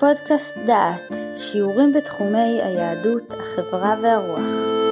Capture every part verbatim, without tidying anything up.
פודקאסט דעת, שיעורים בתחומי היהדות, החברה והרוח.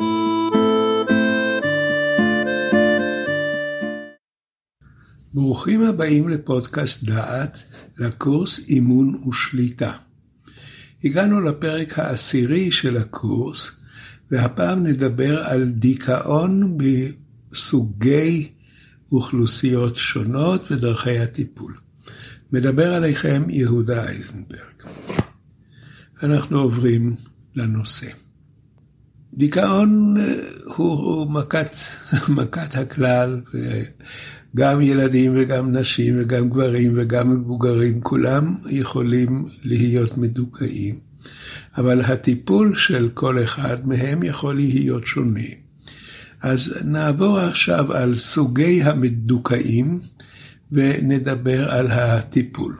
ברוכים הבאים לפודקאסט דעת, לקורס אימון ושליטה. הגענו לפרק העשירי של הקורס, והפעם נדבר על דיכאון בסוגי אוכלוסיות שונות ודרכי הטיפול. מדבר עליכם יהודה אייזנברג. אנחנו עוברים לנושא. דיכאון הוא מכת, מכת הכלל, גם ילדים וגם נשים וגם גברים וגם מבוגרים, כולם יכולים להיות מדוכאים, אבל הטיפול של כל אחד מהם יכול להיות שונה. אז נעבור עכשיו על סוגי המדוכאים, ונדבר על הטיפול.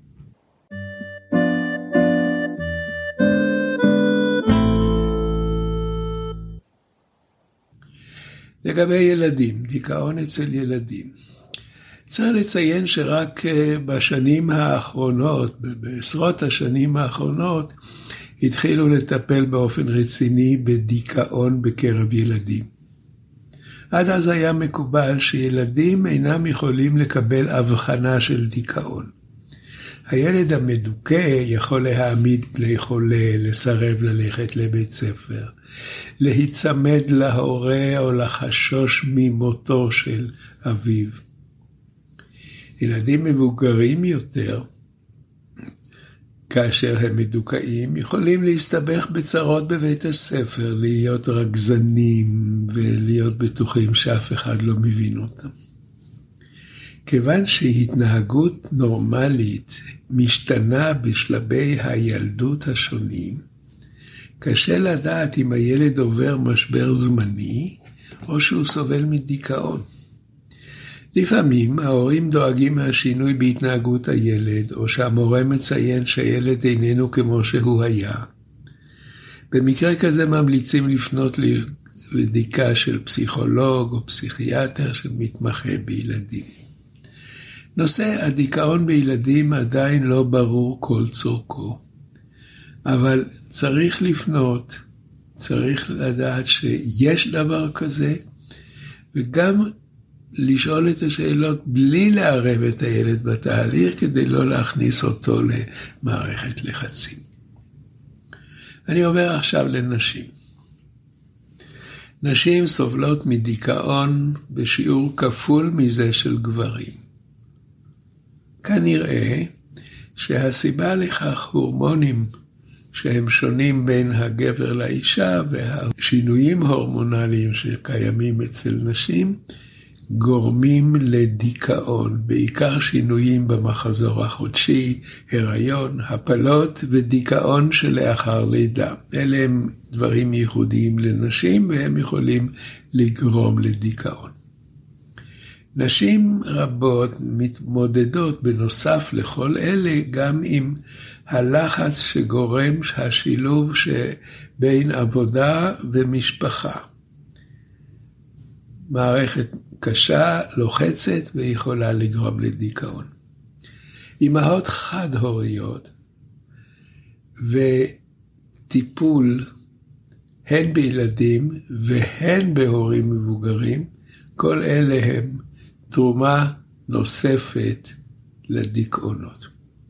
לגבי ילדים, דיכאון אצל ילדים. צריך לציין שרק בשנים האחרונות, בעשרות השנים האחרונות, התחילו לטפל באופן רציני בדיכאון בקרב ילדים. עד אז היה מקובל שילדים אינם יכולים לקבל הבחנה של דיכאון. הילד המדוכא יכול להעמיד פני חולה, לסרב ללכת לבית ספר, להיצמד להורה או לחשוש ממותו של אביו. ילדים מבוגרים יותר, כאשר הם מדוכאים, יכולים להסתבך בצרות בבית הספר, להיות רגזנים ולהיות בטוחים שאף אחד לא מבין אותם. כיוון שהתנהגות נורמלית משתנה בשלבי הילדות השונים, קשה לדעת אם הילד עובר משבר זמני או שהוא סובל מדיכאון. לפעמים ההורים דואגים מהשינוי בהתנהגות הילד, או שהמורה מציין שהילד איננו כמו שהוא היה. במקרה כזה ממליצים לפנות לבדיקה של פסיכולוג או פסיכיאטר שמתמחה בילדים. נושא הדיכאון בילדים עדיין לא ברור כל צורכו, אבל צריך לפנות, צריך לדעת שיש דבר כזה, וגם לשאול את השאלות בלי לערב את הילד בתהליך, כדי לא להכניס אותו למערכת לחצים. אני עובר עכשיו לנשים. נשים סובלות מדיכאון בשיעור כפול מזה של גברים. כנראה שהסיבה לכך הורמונים שהם שונים בין הגבר לאישה, והשינויים הורמונליים שקיימים אצל נשים, גורמים לדיכאון, בעיקר שינויים במחזור החודשי, הריון, הפלות ודיכאון שלאחר לידה. אלה הם דברים ייחודיים לנשים והם יכולים לגרום לדיכאון. נשים רבות מתמודדות בנוסף לכל אלה גם עם הלחץ שגורם השילוב שבין עבודה ומשפחה. מערכת קשה, לוחצת ויכולה לגרום לדיכאון. אמהות חד-הוריות וטיפול הן בילדים והן בהורים מבוגרים, כל אלה הם תרומה נוספת לדיכאונות.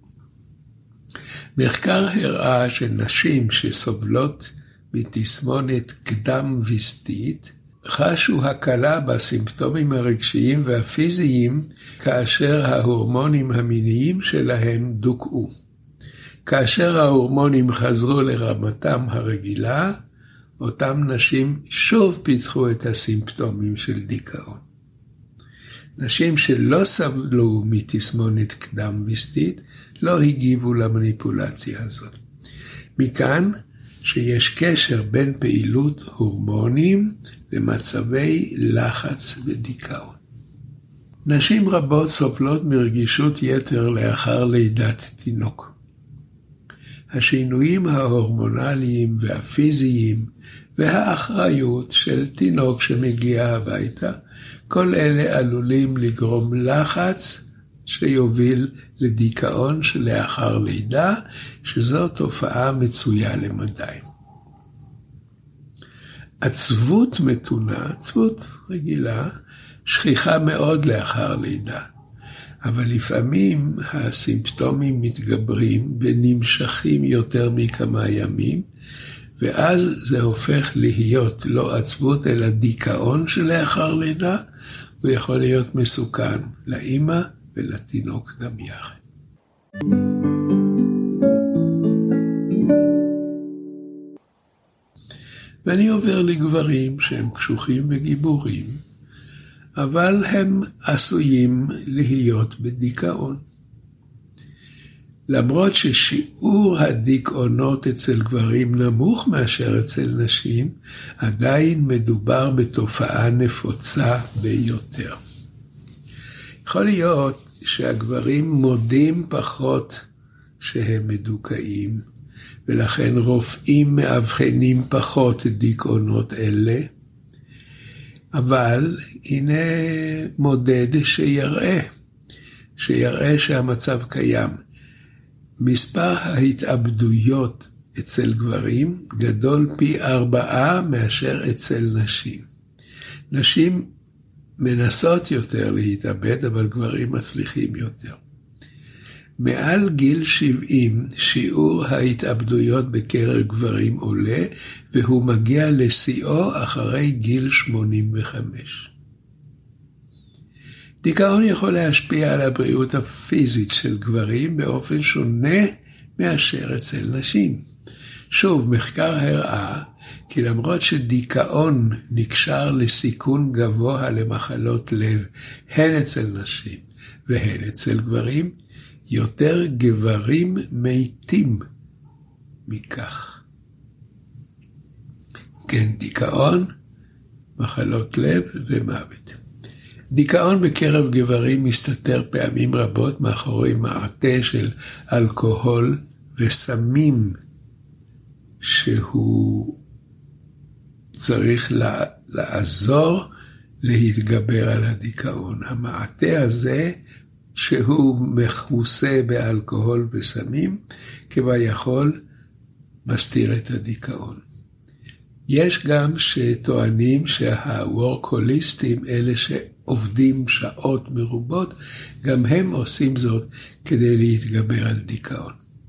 מחקר הראה שנשים שסובלות מתסמונת קדם וסתית, חשו הקלה בסימפטומים הרגשיים והפיזיים כאשר ההורמונים המיניים שלהם דוכאו. כאשר ההורמונים חזרו לרמתם הרגילה, אותם נשים שוב פיתחו את הסימפטומים של דיכאון. נשים שלא סבלו מתסמונת קדם וסתית לא הגיבו למניפולציה הזאת. מכאן שיש קשר בין פעילות הורמונים למצבי לחץ ודיכאון. נשים רבות סובלות מרגישות יתר לאחר לידת תינוק. השינויים ההורמונליים והפיזיים והאחריות של תינוק שמגיע הביתה, כל אלה עלולים לגרום לחץ שיוביל לדיכאון שלאחר לידה, שזו תופעה מצויה למדי. עצבות מתונה, עצבות רגילה, שכיחה מאוד לאחר לידה, אבל לפעמים הסימפטומים מתגברים ונמשכים יותר מכמה ימים, ואז זה הופך להיות לא עצבות אלא דיכאון שלאחר לידה, הוא יכול להיות מסוכן לאמא ולתינוק גם יחד. ואני עובר לגברים שהם קשוחים וגיבורים, אבל הם עשויים להיות בדיכאון. למרות ששיעור הדיכאונות אצל גברים נמוך מאשר אצל נשים, עדיין מדובר בתופעה נפוצה ביותר. יכול להיות שהגברים מודים פחות שהם מדוכאים, ולכן רופאים מאבחנים פחות דיכאונות אלה, אבל הנה מודד שיראה, שיראה שהמצב קיים. מספר ההתאבדויות אצל גברים גדול פי ארבעה מאשר אצל נשים. נשים מנסות יותר להתאבד, אבל גברים מצליחים יותר. מעל גיל שבעים שיעור ההתאבדויות בקרב גברים עולה, והוא מגיע לשיאו אחרי גיל שמונים וחמש. דיכאון יכול להשפיע על הבריאות הפיזית של גברים באופן שונה מאשר אצל נשים. שוב, מחקר הראה כי למרות שדיכאון נקשר לסיכון גבוה למחלות לב, הן אצל נשים והן אצל גברים, יותר גברים מתים מכך. כן, דיכאון, מחלות לב ומוות. דיכאון בקרב גברים מסתתר פעמים רבות מאחורי מעטה של אלכוהול וסמים, שהוא צריך לעזור להתגבר על הדיכאון. המעטה הזה שהוא מכוסה באלכוהול וסמים, כביכול מסתיר את הדיכאון. יש גם שטוענים שהוורקהוליסטים, אלה שעובדים שעות מרובות, גם הם עושים זאת כדי להתגבר על דיכאון.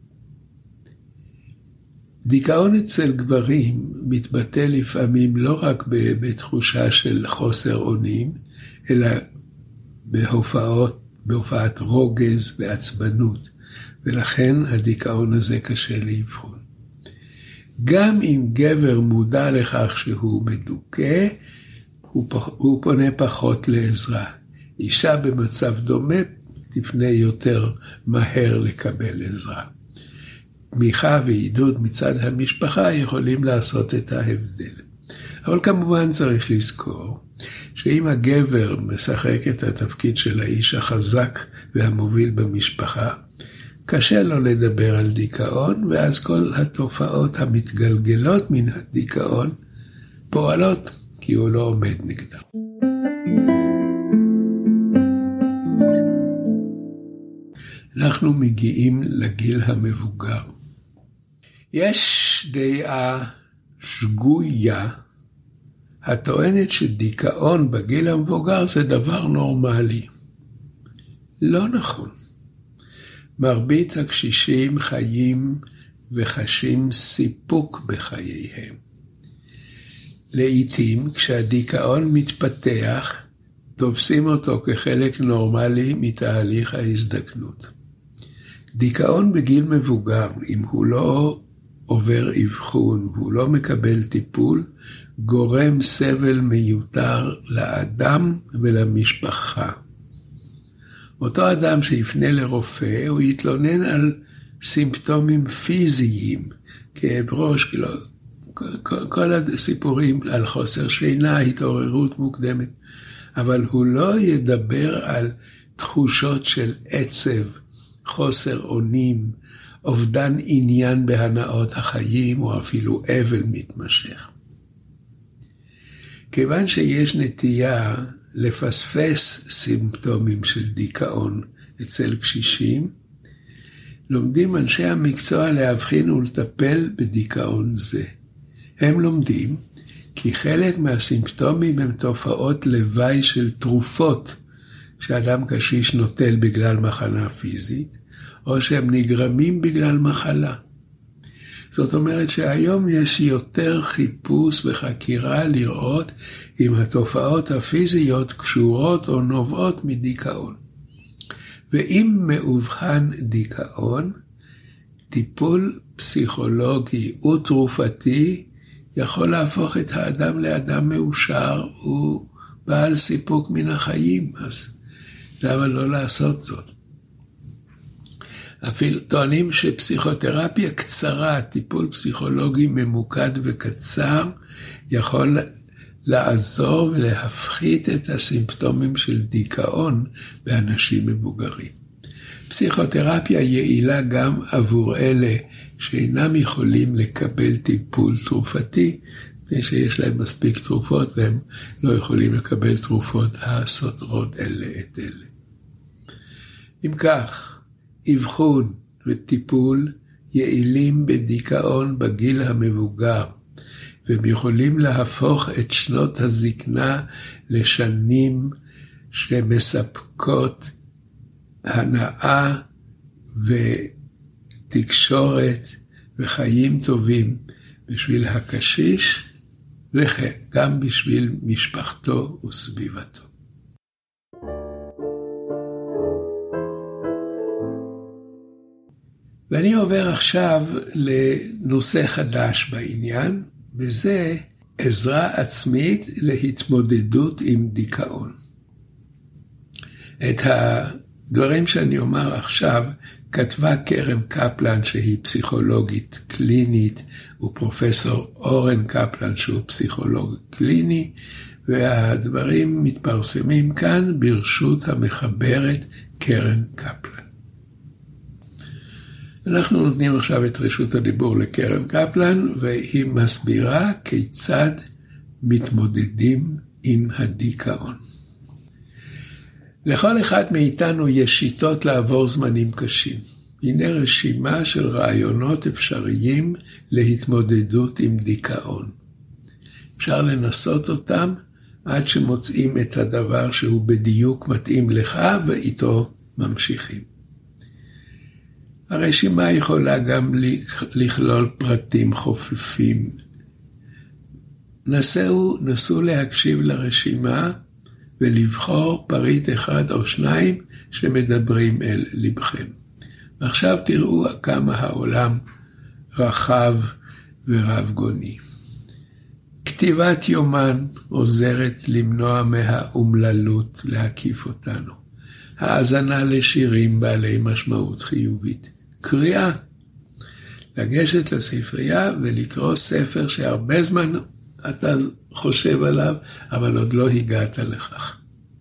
דיכאון אצל גברים מתבטא לפעמים לא רק בתחושה של חוסר אונים, אלא בהופעות, בהופעת רוגז ועצבנות, ולכן הדיכאון הזה קשה לאבחון. גם אם גבר מודע לכך שהוא מדוכא, הוא, פח, הוא פונה פחות לעזרה. אישה במצב דומה תפנה יותר מהר לקבל עזרה. תמיכה ועידוד מצד המשפחה יכולים לעשות את ההבדל. אבל כמובן צריך לזכור שאם הגבר משחק את התפקיד של האיש החזק והמוביל במשפחה, קשה לו לדבר על דיכאון, ואז כל התופעות המתגלגלות מן הדיכאון פועלות, כי הוא לא עומד נגדה. אנחנו מגיעים לגיל המבוגר. יש דעה שגויה הטוענת שדיכאון בגיל המבוגר זה דבר נורמלי. לא נכון. מרבית הקשישים חיים וחשים סיפוק בחייהם. לעתים כשהדיכאון מתפתח, תופסים אותו כחלק נורמלי מתהליך ההזדקנות. דיכאון בגיל מבוגר, אם הוא לא עובר אבחון והוא לא מקבל טיפול, גורם סבל מיותר לאדם ולמשפחה. אותו אדם שיפנה לרופא, הוא יתלונן על סימפטומים פיזיים, כאב ראש, כאילו, כל, כל הסיפורים על חוסר שינה, התעוררות מוקדמת, אבל הוא לא ידבר על תחושות של עצב, חוסר אונים, אובדן עניין בהנאות החיים, או אפילו אבל מתמשך. כיוון שיש נטייה לפספס סימפטומים של דיכאון אצל קשישים, לומדים אנשי המקצוע להבחין ולטפל בדיכאון זה. הם לומדים כי חלק מהסימפטומים הם תופעות לוואי של תרופות שאדם קשיש נוטל בגלל מחלה פיזית, או שהם נגרמים בגלל מחלה. זאת אומרת שהיום יש יותר חיפוש וחקירה לראות אם התופעות הפיזיות קשורות או נובעות מדיכאון. ואם מאובחן דיכאון, טיפול פסיכולוגי ותרופתי יכול להפוך את האדם לאדם מאושר ובעל סיפוק מן החיים, אז למה לא לעשות זאת? אפילו טוענים שפסיכותרפיה קצרה, טיפול פסיכולוגי ממוקד וקצר, יכול לעזור ולהפחית את הסימפטומים של דיכאון באנשים מבוגרים. פסיכותרפיה יעילה גם עבור אלה שאינם יכולים לקבל טיפול תרופתי, שיש להם מספיק תרופות והם לא יכולים לקבל תרופות הסותרות אלה את אלה. אם כך, אבחון וטיפול יעילים בדיכאון בגיל המבוגר, והם יכולים להפוך את שנות הזקנה לשנים שמספקות הנאה ותקשורת וחיים טובים בשביל הקשיש, וגם בשביל משפחתו וסביבתו. ואני עובר עכשיו לנושא חדש בעניין, וזה עזרה עצמית להתמודדות עם דיכאון. את הדברים שאני אומר עכשיו כתבה קרן קפלן שהיא פסיכולוגית קלינית, ופרופסור אורן קפלן שהוא פסיכולוג קליני, והדברים מתפרסמים כאן ברשות המחברת קרן קפלן. אנחנו נותנים עכשיו את רשות הדיבור לקרן קפלן, והיא מסבירה כיצד מתמודדים עם הדיכאון. לכל אחד מאיתנו יש שיטות לעבור זמנים קשים. הנה רשימה של רעיונות אפשריים להתמודדות עם דיכאון. אפשר לנסות אותם עד שמוצאים את הדבר שהוא בדיוק מתאים לך, ואיתו ממשיכים. הרשימה יכולה גם לכלול פרטים חופפים. נסו, נסו להקשיב לרשימה ולבחור פריט אחד או שניים שמדברים אל לבכם. עכשיו תראו כמה העולם רחב ורב גוני. כתיבת יומן עוזרת למנוע מהאומללות להקיף אותנו. האזנה לשירים בעלי משמעות חיובית. קריאה. לגשת לספרייה ולקרוא ספר שהרבה זמן אתה חושב עליו, אבל עוד לא הגעת לכך.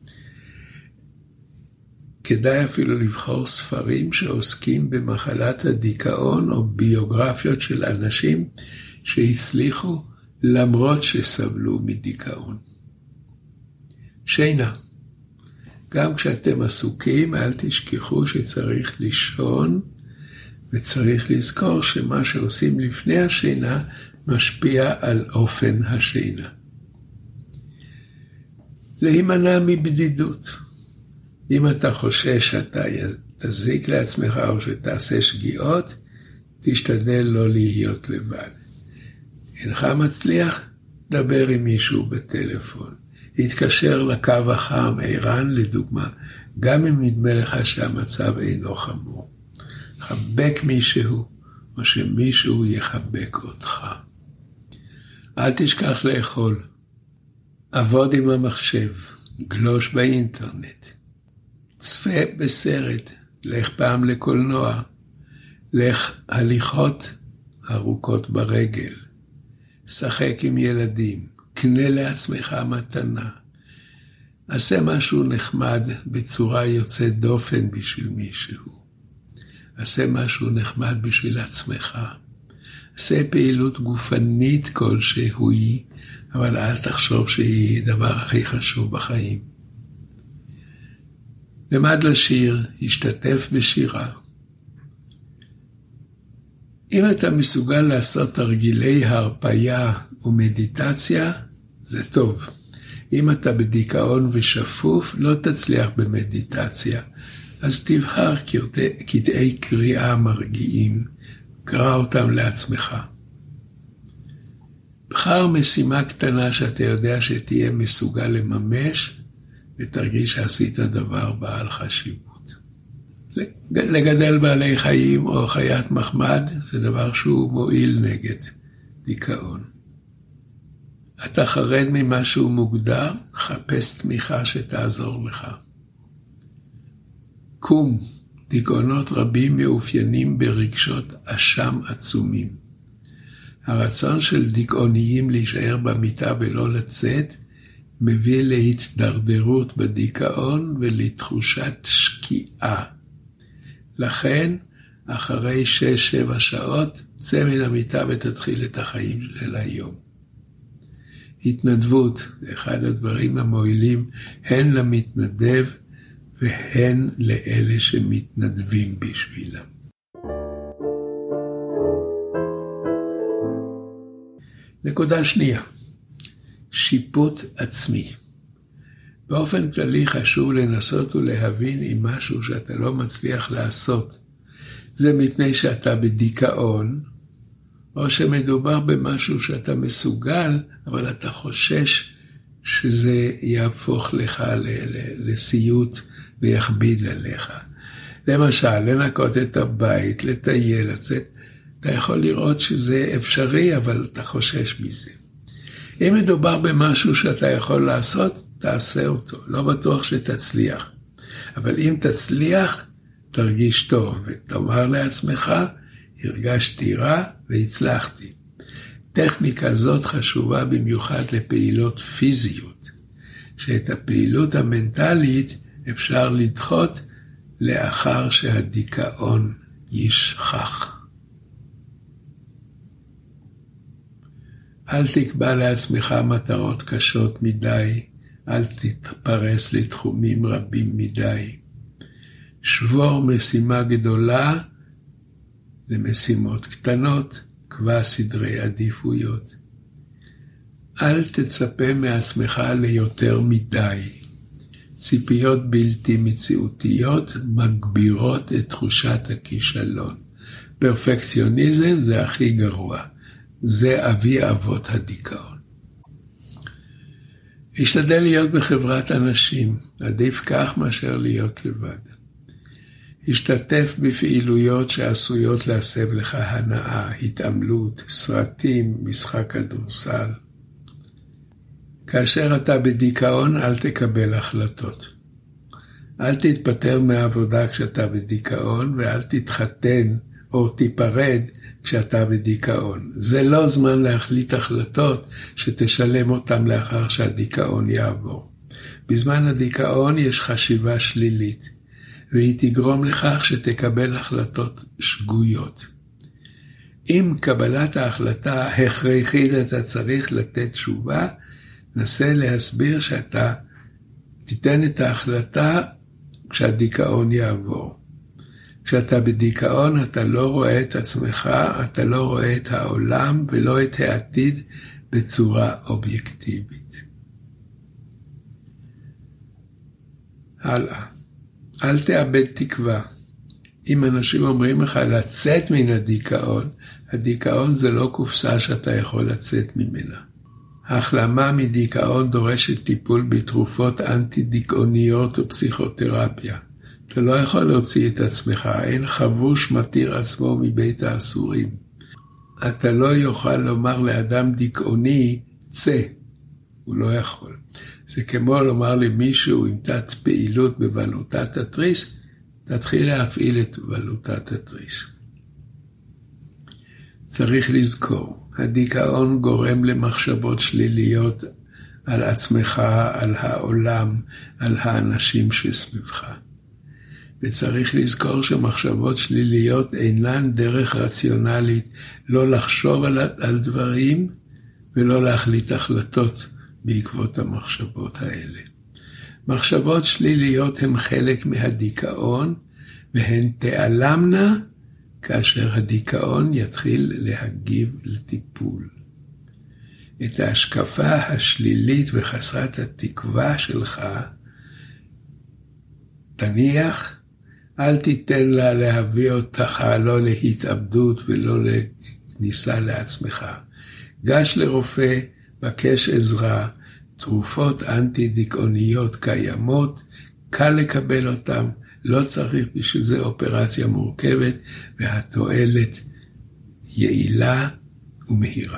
כדאי אפילו לבחור ספרים שעוסקים במחלת הדיכאון או ביוגרפיות של אנשים שהצליחו למרות שסבלו מדיכאון. שינה. גם כשאתם עסוקים, אל תשכחו שצריך לישון, וצריך לזכור שמה שעושים לפני השינה משפיע על אופן השינה. להימנע מבדידות. אם אתה חושש שאתה תזיק לעצמך או שתעשה שגיאות, תשתדל לא להיות לבד. אינך מצליח? דבר עם מישהו בטלפון. התקשר לקו החם, ערן לדוגמה, גם אם נדמה לך שהמצב אינו חמור. חבק מישהו, או שמישהו יחבק אותך. אל תשכח לאכול. עבוד עם המחשב, גלוש באינטרנט. צפה בסרט, לך פעם לקולנוע, לך הליכות ארוכות ברגל. שחק עם ילדים, קנה לעצמך מתנה. עשה משהו נחמד בצורה יוצאת דופן בשביל מישהו. עשה משהו נחמד בשביל עצמך. עשה פעילות גופנית כלשהו היא, אבל אל תחשוב שהיא דבר הכי חשוב בחיים. למד לשיר, השתתף בשירה. אם אתה מסוגל לעשות תרגילי הרפיה ומדיטציה, זה טוב. אם אתה בדיכאון ושפוף, לא תצליח במדיטציה. אז תבחר קטעי קריאה מרגיעים, קרא אותם לעצמך. בחר משימה קטנה שאתה יודע שתהיה מסוגל לממש, ותרגיש שעשית דבר בעל חשיבות. לגדל בעלי חיים או חיית מחמד, זה דבר שהוא מועיל נגד דיכאון. אתה חרד ממשהו מוגדר, חפש תמיכה שתעזור לך. קום, דיכאונות רבים מאופיינים ברגשות אשם עצומים. הרצון של דיכאוניים להישאר במיטה ולא לצאת, מביא להתדרדרות בדיכאון ולתחושת שקיעה. לכן, אחרי שש שבע שעות, צא מן המיטה ותתחיל את החיים של היום. התנדבות, אחד הדברים המועילים, הן למתנדב והן לאלה שמתנדבים בשבילם. נקודה שנייה, שיפוט עצמי. באופן כללי חשוב לנסות ולהבין אם משהו שאתה לא מצליח לעשות. זה מפני שאתה בדיכאון, או שמדובר במשהו שאתה מסוגל, אבל אתה חושש שזה יהפוך לך לסיוט ויכביד עליך. למשל, לנקות את הבית, לטייל, לצאת. אתה יכול לראות שזה אפשרי, אבל אתה חושש מזה. אם מדובר במשהו שאתה יכול לעשות, תעשה אותו. לא בטוח שתצליח. אבל אם תצליח, תרגיש טוב, ותאמר לעצמך, הרגשתי רע והצלחתי. טכניקה זאת חשובה במיוחד לפעילות פיזיות, שאת הפעילות המנטלית אפשר לדחות לאחר שהדיכאון ישכח. אל תקבע לעצמך מטרות קשות מדי, אל תתפרס לתחומים רבים מדי. שבור משימה גדולה למשימות קטנות, קבע סדרי עדיפויות. אל תצפה מעצמך ליותר מדי. ציפיות בלתי מציאותיות מגבירות את תחושת הכישלון. פרפקציוניזם זה הכי גרוע. זה אבי אבות הדיכאון. השתדל להיות בחברת אנשים, עדיף כך מאשר להיות לבד. השתתף בפעילויות שעשויות להסב לך הנאה, התעמלות, סרטים, משחק כדורסל. כאשר אתה בדיכאון, אל תקבל החלטות. אל תתפטר מהעבודה כשאתה בדיכאון, ואל תתחתן או תיפרד כשאתה בדיכאון. זה לא זמן להחליט החלטות שתשלם אותם לאחר שהדיכאון יעבור. בזמן הדיכאון יש חשיבה שלילית, והיא תגרום לכך שתקבל החלטות שגויות. אם קבלת ההחלטה הכרחית אתה צריך לתת תשובה, נסה להסביר שאתה תיתן את ההחלטה כשהדיכאון יעבור. כשאתה בדיכאון אתה לא רואה את עצמך, אתה לא רואה את העולם ולא את העתיד בצורה אובייקטיבית. הלאה. אל תאבד תקווה. אם אנשים אומרים לך לצאת מן הדיכאון, הדיכאון זה לא קופסה שאתה יכול לצאת ממנה. ההחלמה מדיכאון דורשת טיפול בתרופות אנטי-דיכאוניות ופסיכותרפיה. אתה לא יכול להוציא את עצמך, אין חבוש מתיר עצמו מבית האסורים. אתה לא יוכל לומר לאדם דיכאוני, צא. הוא לא יכול. זה כמו לומר למישהו עם תת פעילות בבלוטת התריס, תתחיל להפעיל את בלוטת התריס. צריך לזכור, הדיכאון גורם למחשבות שליליות על עצמך, על העולם, על האנשים שסביבך. וצריך לזכור שמחשבות שליליות אינן דרך רציונלית לא לחשוב על, על דברים ולא להחליט החלטות בעקבות המחשבות האלה. מחשבות שליליות הן חלק מהדיכאון, והן תיעלמנה כאשר הדיכאון יתחיל להגיב לטיפול. את ההשקפה השלילית וחסרת התקווה שלך תניח, אל תיתן לה להביא אותך לא להתאבדות ולא לכניסה לעצמך. גש לרופא, בקש עזרה, תרופות אנטי-דיכאוניות קיימות, קל לקבל אותם, לא צריך בשביל זה אופרציה מורכבת, והתועלת יעילה ומהירה.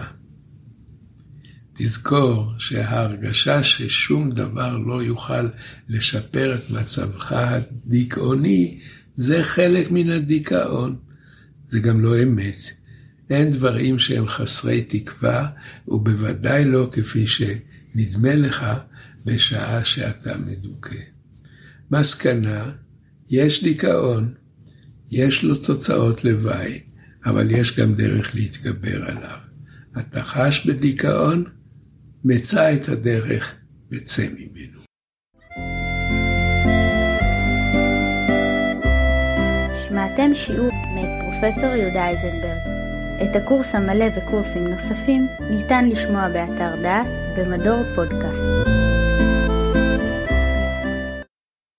תזכור שההרגשה ששום דבר לא יוכל לשפר את מצבך הדיכאוני, זה חלק מן הדיכאון. זה גם לא אמת. אין דברים שהם חסרי תקווה, ובוודאי לא כפי שנדמה לך בשעה שאתה מדוכא. מסקנה, יש דיכאון, יש לו תוצאות לוואי, אבל יש גם דרך להתגבר עליו. אתה חש בדיכאון, מצא את הדרך וצא ממנו. שמעתם שיעור מאת פרופסור יהודה אייזנברג. את הקורס המלא וקורסים נוספים ניתן לשמוע באתר דעת במדור פודקאסט.